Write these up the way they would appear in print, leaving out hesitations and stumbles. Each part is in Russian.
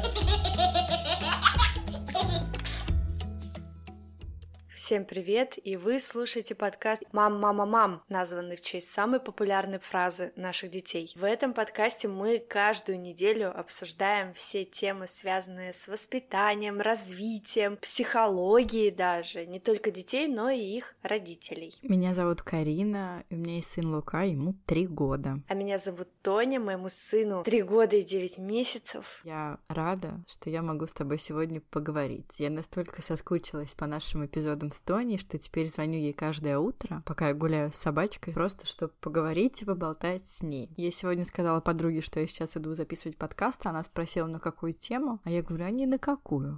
Всем привет, и вы слушаете подкаст «Мам, мама, мам», названный в честь самой популярной фразы наших детей. В этом подкасте мы каждую неделю обсуждаем все темы, связанные с воспитанием, развитием, психологией даже, не только детей, но и их родителей. Меня зовут Карина, у меня есть сын Лука, ему 3 года. А меня зовут Тоня, моему сыну 3 года и 9 месяцев. Я рада, что я могу с тобой сегодня поговорить. Я настолько соскучилась по нашим эпизодам с Тоней, что теперь звоню ей каждое утро, пока я гуляю с собачкой, просто чтобы поговорить и поболтать с ней. Я сегодня сказала подруге, что я сейчас иду записывать подкаст, она спросила, на какую тему, а я говорю, а не на какую.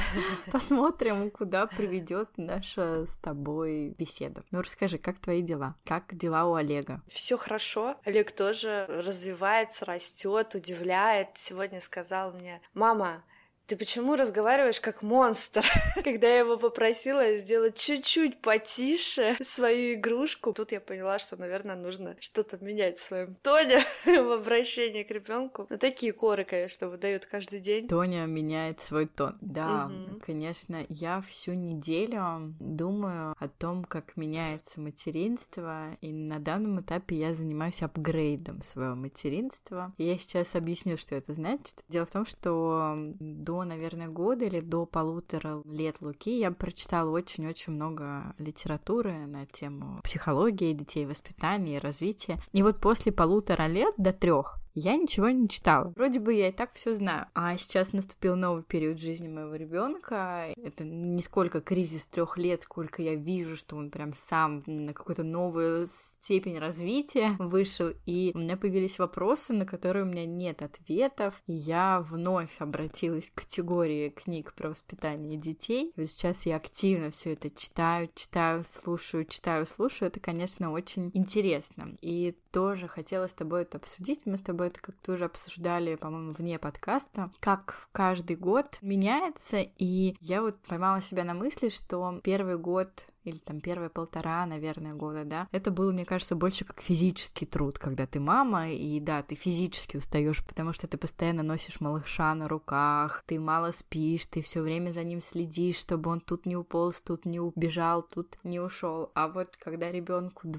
Посмотрим, куда приведет наша с тобой беседа. Ну, расскажи, как твои дела? Как дела у Олега? Все хорошо. Олег тоже развивается, растет, удивляет. Сегодня сказал мне: мама, ты почему разговариваешь как монстр? Когда я его попросила сделать чуть-чуть потише свою игрушку, тут я поняла, что, наверное, нужно что-то менять в своем тоне в обращении к ребенку. Но такие коры, конечно, выдают каждый день. Тоня меняет свой тон. Да, конечно, я всю неделю думаю о том, как меняется материнство, и на данном этапе я занимаюсь апгрейдом своего материнства. И я сейчас объясню, что это значит. Дело в том, что до, наверное, года или до 1,5 лет Луки я прочитала очень-очень много литературы на тему психологии детей, воспитания и развития. И вот после 1,5 лет до 3 я ничего не читала. Вроде бы я и так все знаю. А сейчас наступил новый период жизни моего ребенка. Это не сколько кризис 3 лет, сколько я вижу, что он прям сам на какую-то новую степень развития вышел. И у меня появились вопросы, на которые у меня нет ответов. И я вновь обратилась к категории книг про воспитание детей. И сейчас я активно все это читаю, слушаю. Это, конечно, очень интересно. И тоже хотела с тобой это обсудить. Мы с тобой это как-то уже обсуждали, по-моему, вне подкаста, как каждый год меняется, и я вот поймала себя на мысли, что первый год или там первые 1,5, наверное, года, да, это было, мне кажется, больше как физический труд, когда ты мама, и да, ты физически устаешь, потому что ты постоянно носишь малыша на руках, ты мало спишь, ты все время за ним следишь, чтобы он тут не уполз, тут не убежал, тут не ушел. А вот когда ребенку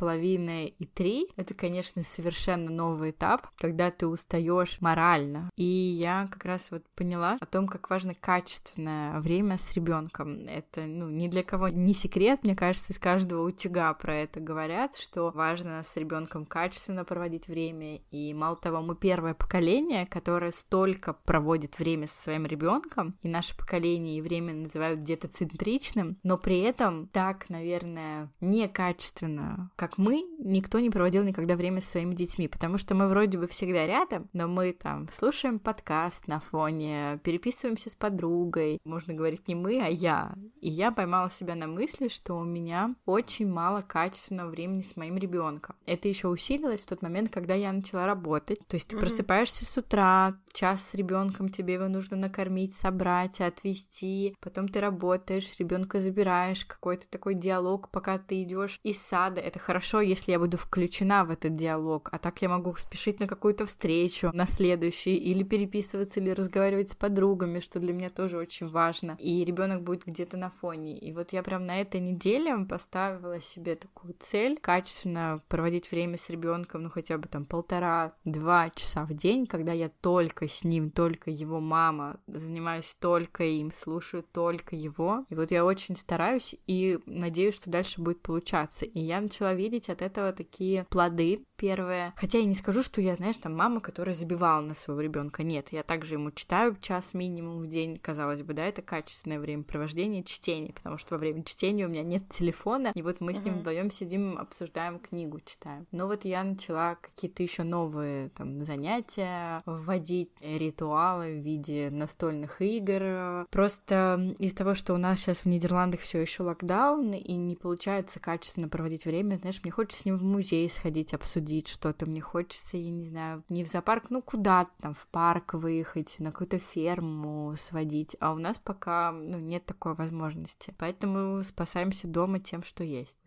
2,5 и 3, это, конечно, совершенно новый этап, когда ты устаешь морально. И я как раз вот поняла о том, как важно качественное время с ребенком. Это, ни для кого не секрет. Мне кажется, из каждого утюга про это говорят, что важно с ребенком качественно проводить время. И мало того, мы первое поколение, которое столько проводит время со своим ребенком, и наше поколение и время называют детоцентричным, но при этом так, наверное, некачественно, как мы, никто не проводил никогда время со своими детьми, потому что мы вроде бы всегда рядом, но мы там слушаем подкаст на фоне, переписываемся с подругой, можно говорить не мы, а я. И я поймала себя на мысли, что у меня очень мало качественного времени с моим ребенком. Это еще усилилось в тот момент, когда я начала работать. То есть ты просыпаешься с утра, час с ребенком, тебе его нужно накормить, собрать, отвезти, потом ты работаешь, ребенка забираешь, какой-то такой диалог, пока ты идешь из сада. Это хорошо, если я буду включена в этот диалог, а так я могу спешить на какую-то встречу, на следующую, или переписываться, или разговаривать с подругами, что для меня тоже очень важно. И ребенок будет где-то на фоне. И вот я прям на этой неделе поставила себе такую цель качественно проводить время с ребенком, хотя бы там 1,5-2 часа в день, когда я только с ним, только его мама, занимаюсь только им, слушаю только его. И вот я очень стараюсь и надеюсь, что дальше будет получаться. И я начала видеть от этого такие плоды первые. Хотя я не скажу, что я, мама, которая забивала на своего ребенка. Нет, я также ему читаю час минимум в день, казалось бы, да, это качественное времяпровождение, чтение, потому что во время чтения у меня нет телефона, и вот мы с ним вдвоем сидим, обсуждаем книгу, читаем. Но вот я начала какие-то еще новые занятия вводить, ритуалы в виде настольных игр. Просто из того, что у нас сейчас в Нидерландах все еще локдаун, и не получается качественно проводить время, мне хочется с ним в музей сходить, обсудить что-то, мне хочется, я не знаю, не в зоопарк, куда-то в парк выехать, на какую-то ферму сводить, а у нас пока, нет такой возможности. Поэтому спасаемся дома тем, что есть.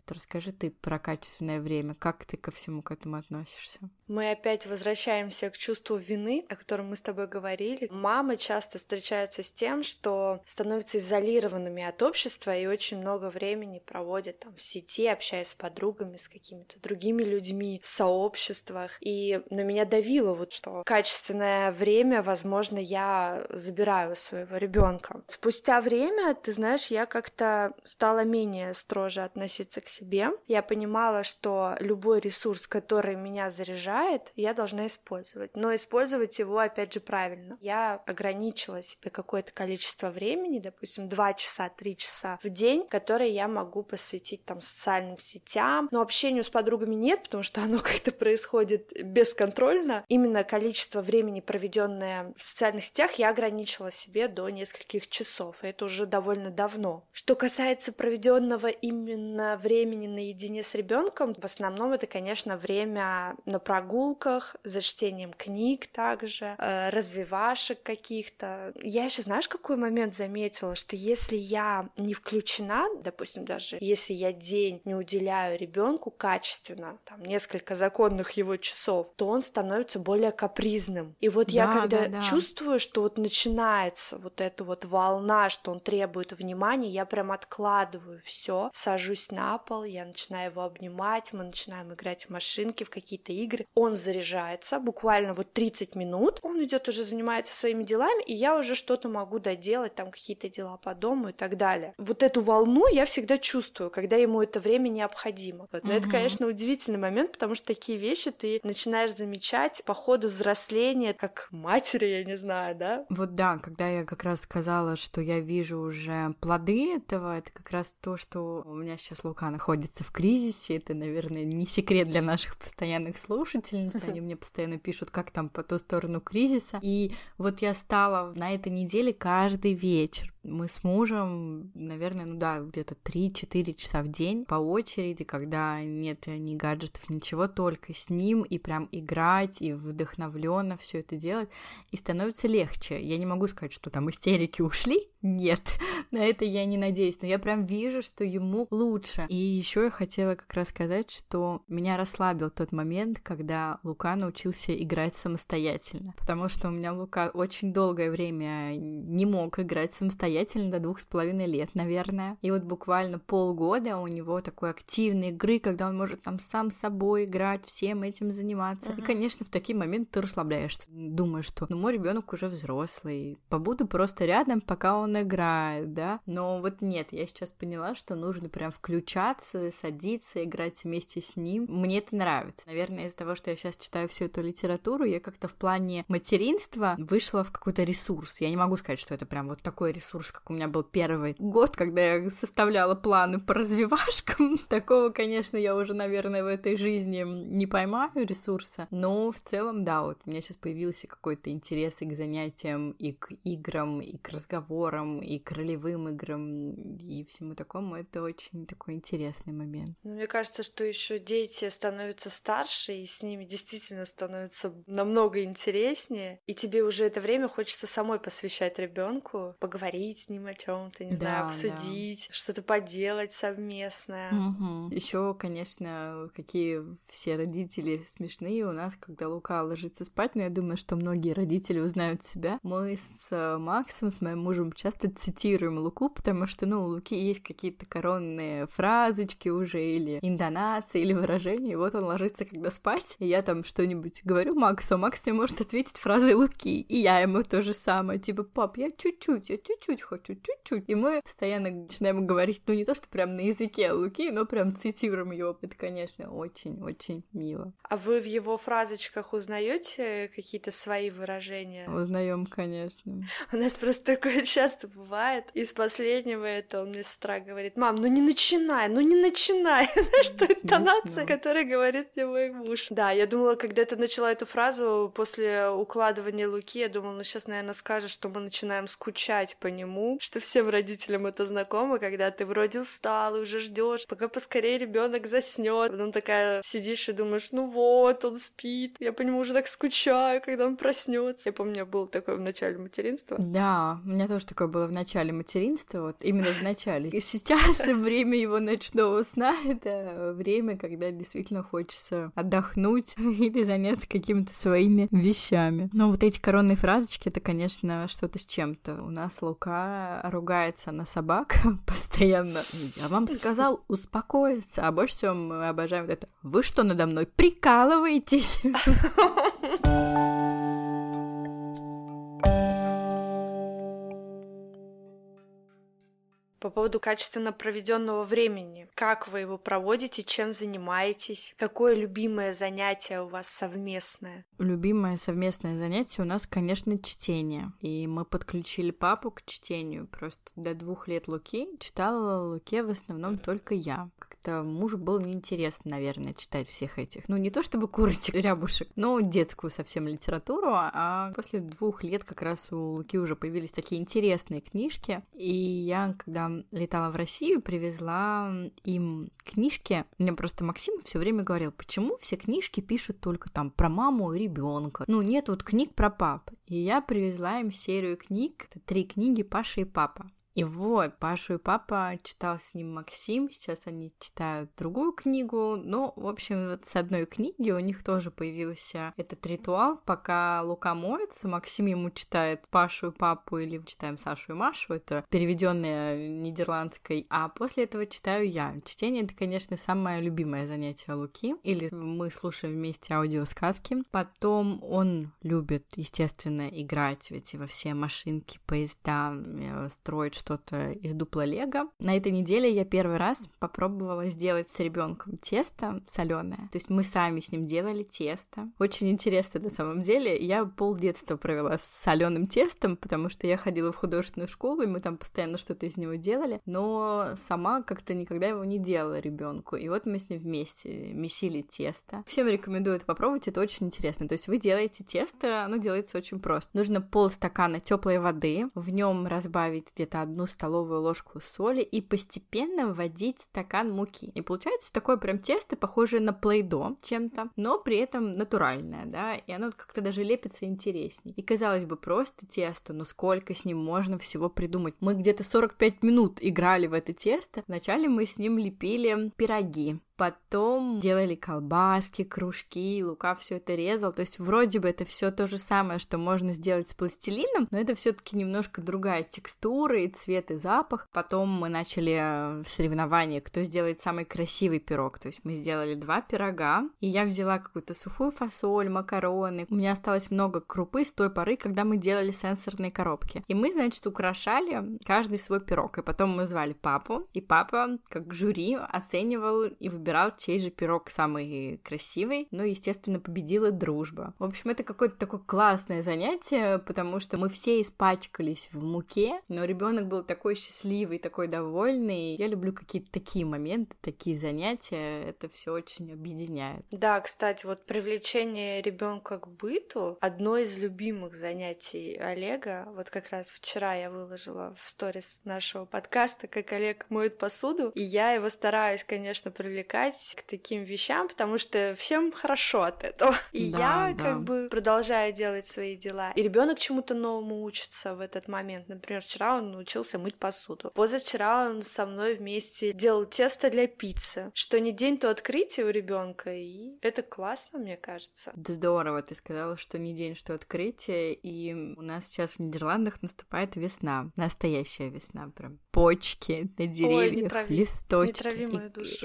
Вот расскажи ты про качественное время, как ты ко всему к этому относишься? Мы опять возвращаемся к чувству вины, о котором мы с тобой говорили. Мамы часто встречаются с тем, что становятся изолированными от общества и очень много времени проводят там в сети, общаясь с подругами, с какими-то другими людьми, в сообществах. И на меня давило вот, что качественное время, возможно, я забираю у своего ребенка. Спустя время, ты знаешь, я как-то стала менее строже относиться к себе. Я понимала, что любой ресурс, который меня заряжает, я должна использовать. Но использовать его, опять же, правильно. Я ограничила себе какое-то количество времени, допустим, 2 часа, 3 часа в день, которые я могу посвятить там социальным сетям. Но общению с подругами нет, потому что оно как-то происходит бесконтрольно. Именно количество времени, проведенное в социальных сетях, я ограничила себе до нескольких часов. И это уже довольно давно. Что касается проведенного именно времени наедине с ребенком, в основном это, конечно, время на прогулках, за чтением книг также, развивашек каких-то. Я еще, знаешь, какой момент заметила, что если я не включена, допустим, даже если я день не уделяю ребенку качественно, там, несколько законных его часов, то он становится более капризным. И вот я когда чувствую, что вот начинается вот эта вот волна, что он требует внимания, я прям откладываю все, сажусь на пол, я начинаю его обнимать, мы начинаем играть в машинки, в какие-то игры. Он заряжается, буквально вот 30 минут, он идет уже занимается своими делами, и я уже что-то могу доделать, там какие-то дела по дому и так далее. Вот эту волну я всегда чувствую, когда ему это время необходимо. Вот. Но это, конечно, удивительный момент, потому что такие вещи ты начинаешь замечать по ходу взросления, как матери, я не знаю, да? Вот да, когда я как раз сказала, что я вижу уже плоды этого, это как раз то, что у меня сейчас Лука находится в кризисе, это, наверное, не секрет для наших постоянных слушателей, они мне постоянно пишут, как там по ту сторону кризиса. И вот я стала на этой неделе каждый вечер. Мы с мужем, наверное, где-то 3-4 часа в день по очереди, когда нет ни гаджетов, ничего, только с ним, и прям играть, и вдохновленно все это делать, и становится легче. Я не могу сказать, что там истерики ушли, нет, на это я не надеюсь, но я прям вижу, что ему лучше. И еще я хотела как раз сказать, что меня расслабил тот момент, когда Лука научился играть самостоятельно, потому что у меня Лука очень долгое время не мог играть самостоятельно, до 2,5 лет, наверное. И вот буквально полгода у него такой активной игры, когда он может там сам с собой играть, всем этим заниматься. И, конечно, в такие моменты ты расслабляешься. Думаешь, что мой ребенок уже взрослый, побуду просто рядом, пока он играет, да? Но вот нет, я сейчас поняла, что нужно прям включаться, садиться, играть вместе с ним. Мне это нравится. Наверное, из-за того, что я сейчас читаю всю эту литературу, я как-то в плане материнства вышла в какой-то ресурс. Я не могу сказать, что это прям вот такой ресурс, как у меня был первый год, когда я составляла планы по развивашкам. Такого, конечно, я уже, наверное, в этой жизни не поймаю ресурса, но в целом, да, вот у меня сейчас появился какой-то интерес и к занятиям, и к играм, и к разговорам, и к ролевым играм, и всему такому. Это очень такой интересный момент. Мне кажется, что еще дети становятся старше, и с ними действительно становится намного интереснее, и тебе уже это время хочется самой посвящать ребенку, поговорить с ним о чем-то, не знаю, обсудить, что-то поделать совместное. Еще, конечно, какие все родители смешные у нас, когда Лука ложится спать, но я думаю, что многие родители узнают себя. Мы с Максом, с моим мужем, часто цитируем Луку, потому что, у Луки есть какие-то коронные фразочки уже, или интонации, или выражения, и вот он ложится когда спать, и я там что-нибудь говорю Максу, а Макс мне может ответить фразой Луки, и я ему то же самое, типа, пап, я чуть-чуть хочу, чуть-чуть. И мы постоянно начинаем говорить, не то, что прям на языке Луки, но прям цитируем его. Это, конечно, очень-очень мило. А вы в его фразочках узнаете какие-то свои выражения? Узнаем, конечно. У нас просто такое часто бывает. Из последнего это он мне с утра говорит: мам, не начинай. Знаешь, что интонация, которая говорит мне мой муж. Да, я думала, когда ты начала эту фразу после укладывания Луки, я думала, сейчас, наверное, скажешь, что мы начинаем скучать по нему, что всем родителям это знакомо, когда ты вроде устал и уже ждешь, пока поскорее ребенок заснет. Потом такая сидишь и думаешь, вот, он спит. Я по нему уже так скучаю, когда он проснется. Я помню, у меня было такое в начале материнства. Да, у меня тоже такое было в начале материнства, вот именно в начале. И сейчас время его ночного До сна — это время, когда действительно хочется отдохнуть или заняться какими-то своими вещами. Но вот эти коронные фразочки — это, конечно, что-то с чем-то. У нас Лука ругается на собак постоянно. Я вам сказал успокоиться. А больше всего мы обожаем вот это: вы что, надо мной прикалываетесь? По поводу качественно проведенного времени. Как вы его проводите, чем занимаетесь? Какое любимое занятие у вас совместное? Любимое совместное занятие у нас, конечно, чтение. И мы подключили папу к чтению. Просто до 2 лет Луки читала Луке в основном только я. Как-то мужу было неинтересно, наверное, читать всех этих. Ну, не то чтобы курочек, рябушек, но детскую совсем литературу. А после 2 лет как раз у Луки уже появились такие интересные книжки. И я, когда летала в Россию, привезла им книжки. Мне просто Максим все время говорил: почему все книжки пишут только там про маму и ребенка? Ну, нет вот книг про пап. И я привезла им серию книг. Это 3 книги «Паша и папа». И вот, Пашу и папа читал с ним Максим, сейчас они читают другую книгу. Ну, в общем, вот с одной книги у них тоже появился этот ритуал. Пока Лука моется, Максим ему читает Пашу и папу, или читаем Сашу и Машу, это переведенное нидерландской, а после этого читаю я. Чтение — это, конечно, самое любимое занятие Луки. Или мы слушаем вместе аудиосказки. Потом он любит, естественно, играть во все машинки, поезда, строить что-то из дупла лего. На этой неделе я первый раз попробовала сделать с ребенком тесто соленое. То есть мы сами с ним делали тесто. Очень интересно на самом деле. Я полдетства провела с соленым тестом, потому что я ходила в художественную школу, и мы там постоянно что-то из него делали, но сама как-то никогда его не делала ребенку. И вот мы с ним вместе месили тесто. Всем рекомендую это попробовать, это очень интересно. То есть вы делаете тесто, оно делается очень просто. Нужно полстакана теплой воды, в нем разбавить где-то 1 столовую ложку соли и постепенно вводить стакан муки. И получается такое прям тесто, похожее на плей-до чем-то, но при этом натуральное, да, и оно как-то даже лепится интересней. И, казалось бы, просто тесто, но сколько с ним можно всего придумать. Мы где-то 45 минут играли в это тесто. Вначале мы с ним лепили пироги. Потом делали колбаски, кружки, Лука все это резал. То есть вроде бы это все то же самое, что можно сделать с пластилином, но это все-таки немножко другая текстура и цвет, и запах. Потом мы начали соревнования, кто сделает самый красивый пирог. То есть мы сделали 2 пирога, и я взяла какую-то сухую фасоль, макароны. У меня осталось много крупы с той поры, когда мы делали сенсорные коробки. И мы, значит, украшали каждый свой пирог. И потом мы звали папу, и папа, как жюри, оценивал и выбирал, чей же пирог самый красивый. Ну, естественно, победила дружба. В общем, это какое-то такое классное занятие, потому что мы все испачкались в муке, но ребенок был такой счастливый, такой довольный. Я люблю какие-то такие моменты, такие занятия. Это все очень объединяет. Да, кстати, вот привлечение ребенка к быту — одно из любимых занятий Олега. Вот как раз вчера я выложила в сторис нашего подкаста, как Олег моет посуду, и я его стараюсь, конечно, привлекать к таким вещам, потому что всем хорошо от этого. И да, я как бы продолжаю делать свои дела. И ребенок чему-то новому учится в этот момент. Например, вчера он научился мыть посуду. Позавчера он со мной вместе делал тесто для пиццы. Что не день, то открытие у ребенка, и это классно, мне кажется. Да, здорово, ты сказала, что не день, что открытие, и у нас сейчас в Нидерландах наступает весна, настоящая весна, прям почки на деревьях, листочки. Не трави мою душу.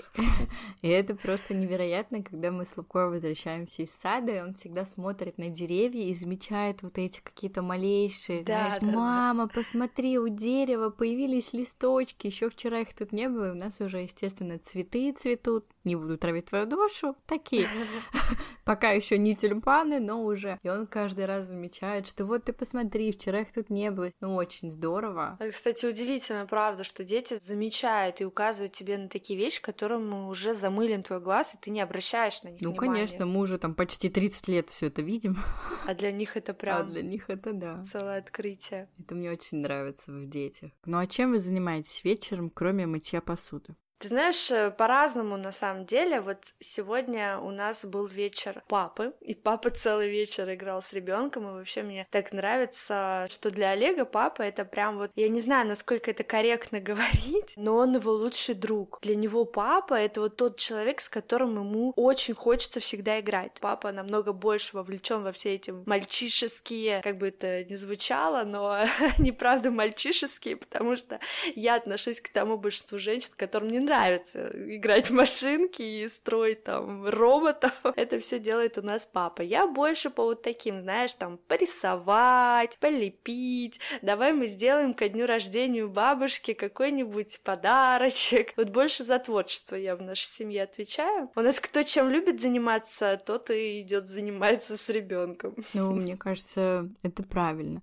И это просто невероятно, когда мы с Лукой возвращаемся из сада, и он всегда смотрит на деревья и замечает вот эти какие-то малейшие, знаешь, мама, посмотри, у дерева появились листочки, еще вчера их тут не было, и у нас уже, естественно, цветы цветут, не буду травить твою душу, такие, пока еще не тюльпаны, но уже. И он каждый раз замечает, что вот ты посмотри, вчера их тут не было. Ну, очень здорово. Кстати, удивительно, правда, что дети замечают и указывают тебе на такие вещи, которым уже замылен твой глаз, и ты не обращаешь на них внимания. Конечно, мы уже там почти 30 лет все это видим. А для них это прям... А для них это да. Целое открытие. Это мне очень нравится в детях. Ну а чем вы занимаетесь вечером, кроме мытья посуды? Ты знаешь, по-разному на самом деле. Вот сегодня у нас был вечер папы, и папа целый вечер играл с ребенком, и вообще мне так нравится, что для Олега папа — это прям вот, я не знаю, насколько это корректно говорить, но он его лучший друг. Для него папа — это вот тот человек, с которым ему очень хочется всегда играть. Папа намного больше вовлечен во все эти мальчишеские, как бы это ни звучало, но они правда мальчишеские, потому что я отношусь к тому большинству женщин, которым не нравится играть в машинки и строить там роботов. Это все делает у нас папа. Я больше по вот таким, знаешь, там порисовать, полепить. Давай мы сделаем ко дню рождения у бабушки какой-нибудь подарочек. Вот больше за творчество я в нашей семье отвечаю. У нас кто чем любит заниматься, тот и идет заниматься с ребенком. Ну, мне кажется, это правильно.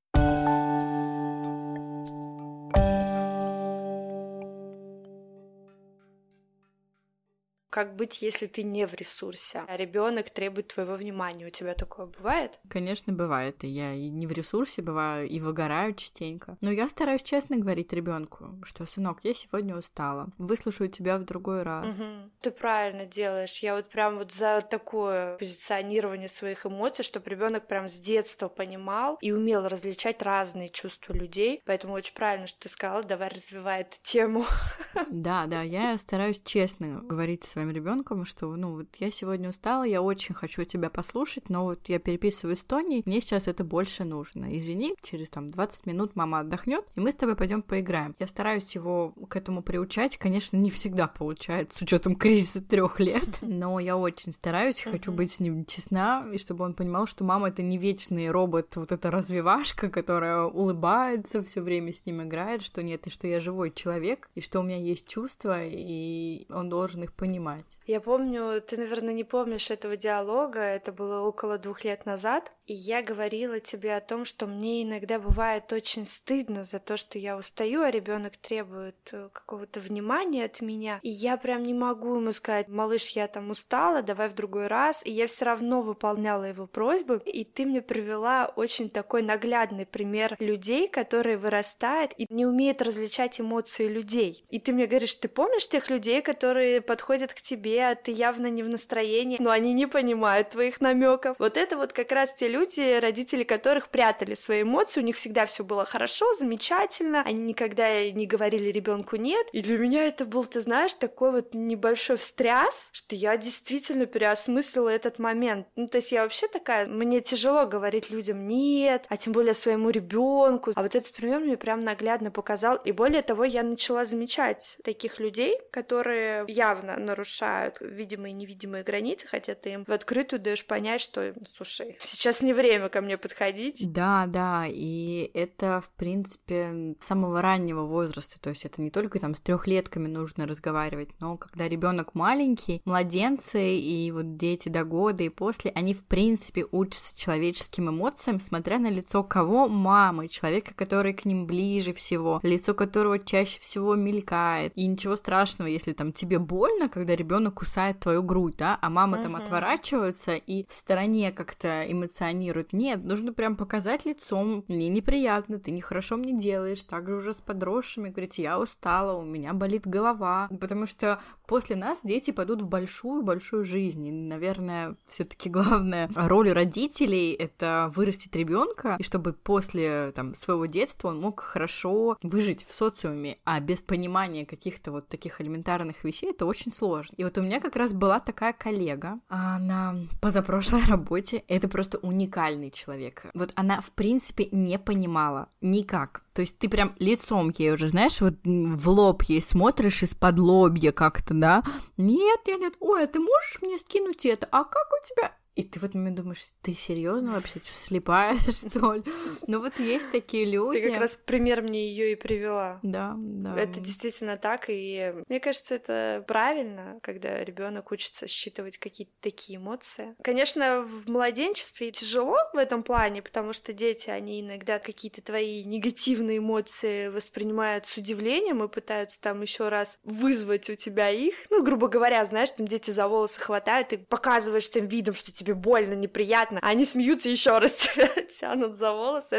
Как быть, если ты не в ресурсе, а ребенок требует твоего внимания? У тебя такое бывает? Конечно, бывает. И я и не в ресурсе бываю, и выгораю частенько. Но я стараюсь честно говорить ребенку, что, сынок, я сегодня устала. Выслушаю тебя в другой раз. Угу. Ты правильно делаешь. Я вот прям вот за такое позиционирование своих эмоций, чтобы ребенок прям с детства понимал и умел различать разные чувства людей. Поэтому очень правильно, что ты сказала, давай развивай эту тему. Да, я стараюсь честно говорить своим ребенком, что, вот я сегодня устала, я очень хочу тебя послушать, но вот я переписываю с Тоней, мне сейчас это больше нужно. Извини, через 20 минут мама отдохнет, и мы с тобой пойдем поиграем. Я стараюсь его к этому приучать, конечно, не всегда получается, с учетом кризиса 3 лет, но я очень стараюсь, хочу быть с ним честна, и чтобы он понимал, что мама — это не вечный робот, вот эта развивашка, которая улыбается, все время с ним играет, что нет, и что я живой человек, и что у меня есть чувства, и он должен их понимать. Я помню, ты, наверное, не помнишь этого диалога, это было около 2 лет назад, и я говорила тебе о том, что мне иногда бывает очень стыдно за то, что я устаю, а ребенок требует какого-то внимания от меня, и я прям не могу ему сказать: малыш, я там устала, давай в другой раз, и я все равно выполняла его просьбы, и ты мне привела очень такой наглядный пример людей, которые вырастают и не умеют различать эмоции людей. И ты мне говоришь, ты помнишь тех людей, которые подходят к тебе, а ты явно не в настроении, но они не понимают твоих намеков. Вот это вот как раз те люди, родители которых прятали свои эмоции, у них всегда все было хорошо, замечательно, они никогда не говорили ребенку нет. И для меня это был, ты знаешь, такой вот небольшой встряс, что я действительно переосмыслила этот момент. Ну, то есть я вообще такая, мне тяжело говорить людям нет, а тем более своему ребенку. А вот этот пример мне прям наглядно показал. И более того, я начала замечать таких людей, которые явно нарушают видимые и невидимые границы, хотя ты им в открытую даешь понять, что, слушай, сейчас не время ко мне подходить. Да, и это, в принципе, с самого раннего возраста, то есть это не только там с 3-летками нужно разговаривать, но когда ребенок маленький, младенцы и вот дети до года и после, они, в принципе, учатся человеческим эмоциям, смотря на лицо кого? Мамы, человека, который к ним ближе всего, лицо которого чаще всего мелькает. И ничего страшного, если там тебе больно, когда ребенок кусает твою грудь, да, а мама там отворачивается и в стороне как-то эмоционирует. Нет, нужно прям показать лицом: мне неприятно, ты нехорошо мне делаешь. Также уже с подросшими говорить: я устала, у меня болит голова. Потому что после нас дети пойдут в большую-большую жизнь. И, наверное, все-таки главная роль родителей — это вырастить ребенка, и чтобы после там своего детства он мог хорошо выжить в социуме, а без понимания каких-то вот таких элементарных вещей это очень сложно. И вот у меня как раз была такая коллега на позапрошлой работе. Это просто уникальный человек. Вот она, в принципе, не понимала никак. То есть ты прям лицом ей уже, знаешь, вот в лоб ей смотришь из-под лобья как-то, да? Нет, ой, а ты можешь мне скинуть это? А как у тебя... И ты в этот момент думаешь: ты серьезно вообще, что, слепая, что ли? Ну вот есть такие люди. Ты как раз пример мне ее и привела. Да. Это действительно так, и мне кажется, это правильно, когда ребенок учится считывать какие-то такие эмоции. Конечно, в младенчестве тяжело в этом плане, потому что дети, они иногда какие-то твои негативные эмоции воспринимают с удивлением и пытаются там еще раз вызвать у тебя их. Ну, грубо говоря, знаешь, там дети за волосы хватают и показываешь тем видом, что тебе больно, неприятно, а они смеются и еще раз тебя тянут за волосы.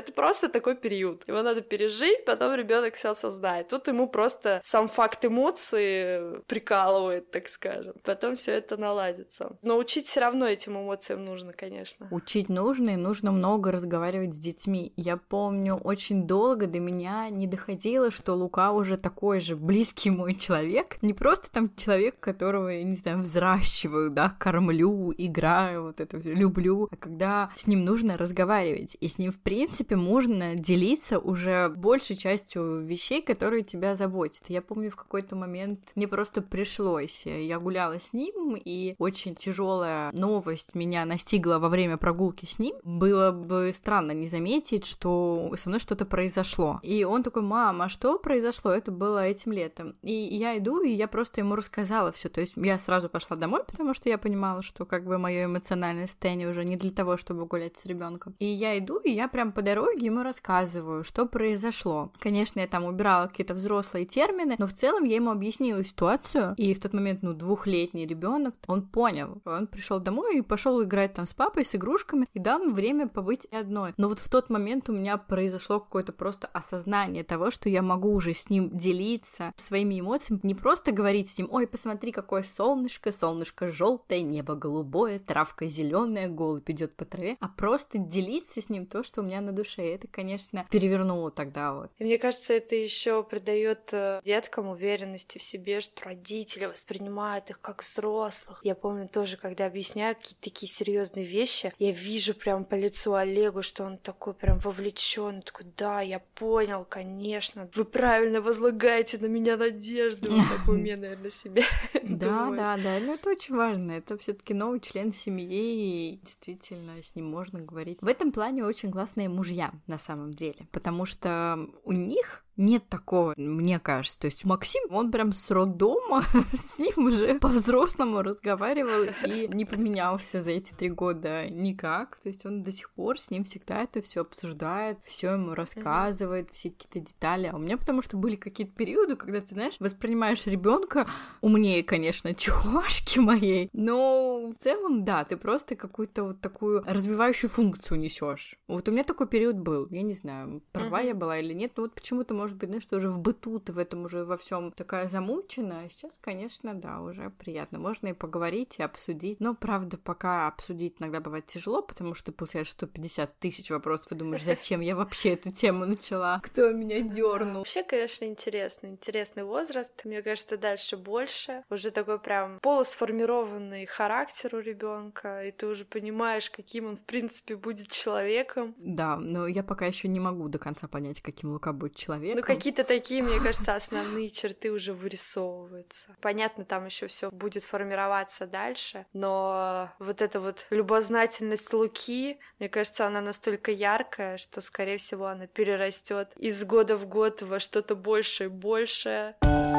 Это просто такой период. Его надо пережить, потом ребенок все осознает. Тут ему просто сам факт эмоций прикалывает, так скажем. Потом все это наладится. Но учить все равно этим эмоциям нужно, конечно. Учить нужно, и нужно много разговаривать с детьми. Я помню, очень долго до меня не доходило, что Лука уже такой же близкий мой человек. Не просто там человек, которого, я не знаю, взращиваю, да, кормлю, играю, вот это всё, люблю. А когда с ним нужно разговаривать, и с ним, в принципе, можно делиться уже большей частью вещей, которые тебя заботят. Я помню, в какой-то момент мне просто пришлось. Я гуляла с ним, и очень тяжелая новость меня настигла во время прогулки с ним. Было бы странно не заметить, что со мной что-то произошло. И он такой: мама, а что произошло? Это было этим летом. И я иду, и я просто ему рассказала все. То есть я сразу пошла домой, потому что я понимала, что как бы мое эмоциональное состояние уже не для того, чтобы гулять с ребенком. И я иду, и я прям по дороге ему рассказываю, что произошло. Конечно, я там убирала какие-то взрослые термины, но в целом я ему объяснила ситуацию. И в тот момент, 2-летний ребенок, он понял. Он пришел домой и пошел играть там с папой, с игрушками, и дал мне время побыть одной. Но вот в тот момент у меня произошло какое-то просто осознание того, что я могу уже с ним делиться своими эмоциями, не просто говорить с ним: ой, посмотри, какое солнышко, солнышко желтое, небо голубое, травка зеленая, голубь идет по траве, а просто делиться с ним то, что у меня на душе. И это, конечно, перевернуло тогда вот. И мне кажется, это еще придает деткам уверенности в себе, что родители воспринимают их как взрослых. Я помню тоже, когда объясняю какие-то такие серьезные вещи, я вижу прям по лицу Олегу, что он такой прям вовлечен, такой: да, я понял, конечно, вы правильно возлагаете на меня надежды. Вот так в уме, наверное, себе. Да, но это очень важно. Это все-таки новый член семьи, и действительно с ним можно говорить. В этом плане очень классные мужья на самом деле, потому что у них нет такого, мне кажется. То есть Максим, он прям с роддома с ним уже по-взрослому разговаривал и не поменялся за эти 3 года никак. То есть он до сих пор с ним всегда это все обсуждает, все ему рассказывает, все какие-то детали. А у меня потому что были какие-то периоды, когда ты, знаешь, воспринимаешь ребенка умнее, конечно, чихуашки моей, но в целом, да, ты просто какую-то вот такую развивающую функцию несешь. Вот у меня такой период был. Я не знаю, права я была или нет, но вот почему-то, может быть, знаешь, что уже в быту ты в этом уже во всем такая замучена, а сейчас, конечно, да, уже приятно. Можно и поговорить, и обсудить, но, правда, пока обсудить иногда бывает тяжело, потому что ты получаешь 150 тысяч вопросов и думаешь: зачем я вообще эту тему начала? Кто меня дернул? Вообще, конечно, интересный возраст. Мне кажется, дальше больше. Уже такой прям полусформированный характер у ребенка, и ты уже понимаешь, каким он, в принципе, будет человеком. Да, но я пока еще не могу до конца понять, каким Лука будет человеком. Ну, какие-то такие, мне кажется, основные черты уже вырисовываются. Понятно, там еще все будет формироваться дальше, но вот эта вот любознательность Луки, мне кажется, она настолько яркая, что, скорее всего, она перерастет из года в год во что-то большее и большее.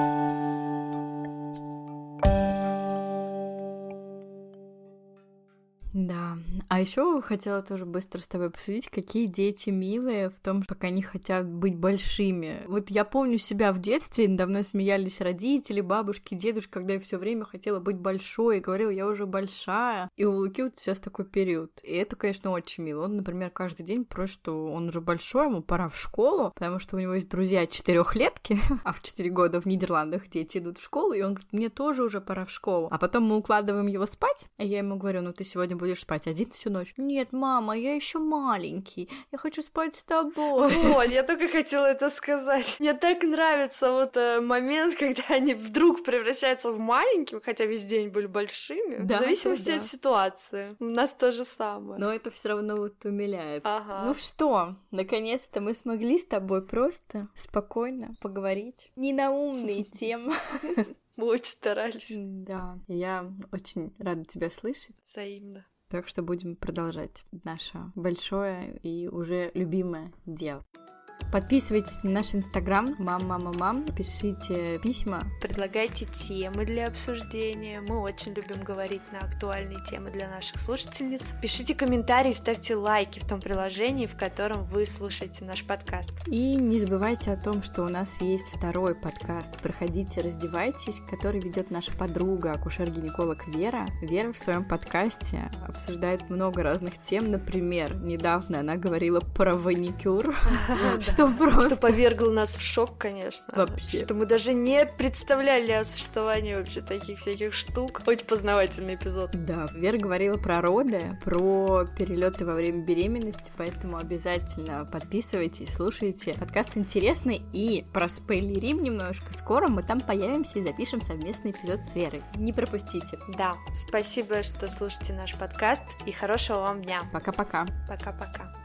Да, а еще хотела тоже быстро с тобой обсудить, какие дети милые в том, как они хотят быть большими. Вот я помню себя в детстве, недавно смеялись родители, бабушки, дедушки, когда я все время хотела быть большой и говорила: я уже большая. И у Луки вот сейчас такой период. И это, конечно, очень мило. Он, например, каждый день просит, что он уже большой, ему пора в школу, потому что у него есть друзья 4-летки, а в 4 года в Нидерландах дети идут в школу, и он говорит: мне тоже уже пора в школу. А потом мы укладываем его спать, а я ему говорю: ну ты сегодня будешь спать один всю ночь? Нет, мама, я еще маленький, я хочу спать с тобой. Вот, я только хотела это сказать. Мне так нравится вот момент, когда они вдруг превращаются в маленьких, хотя весь день были большими, да, в зависимости да. от ситуации. У нас то же самое. Но это все равно вот умиляет. Ага. Ну что, наконец-то мы смогли с тобой просто спокойно поговорить. Не на умные темы. Мы очень старались. Да, я очень рада тебя слышать. Взаимно. Так что будем продолжать наше большое и уже любимое дело. Подписывайтесь на наш инстаграм мам, пишите письма. Предлагайте темы для обсуждения. Мы очень любим говорить на актуальные темы для наших слушательниц. Пишите комментарии, ставьте лайки в том приложении, в котором вы слушаете наш подкаст. И не забывайте о том, что у нас есть второй подкаст «Проходите, раздевайтесь», который ведет наша подруга, акушер-гинеколог Вера. Вера в своем подкасте обсуждает много разных тем. Например, недавно она говорила про маникюр, что повергло нас в шок, конечно. Вообще. Что мы даже не представляли о существовании вообще таких всяких штук. Очень познавательный эпизод. Да, Вера говорила про роды, про перелеты во время беременности, поэтому обязательно подписывайтесь, слушайте. Подкаст интересный, и проспойлерим немножко. Скоро мы там появимся и запишем совместный эпизод с Верой. Не пропустите. Да, спасибо, что слушаете наш подкаст, и хорошего вам дня. Пока-пока. Пока-пока.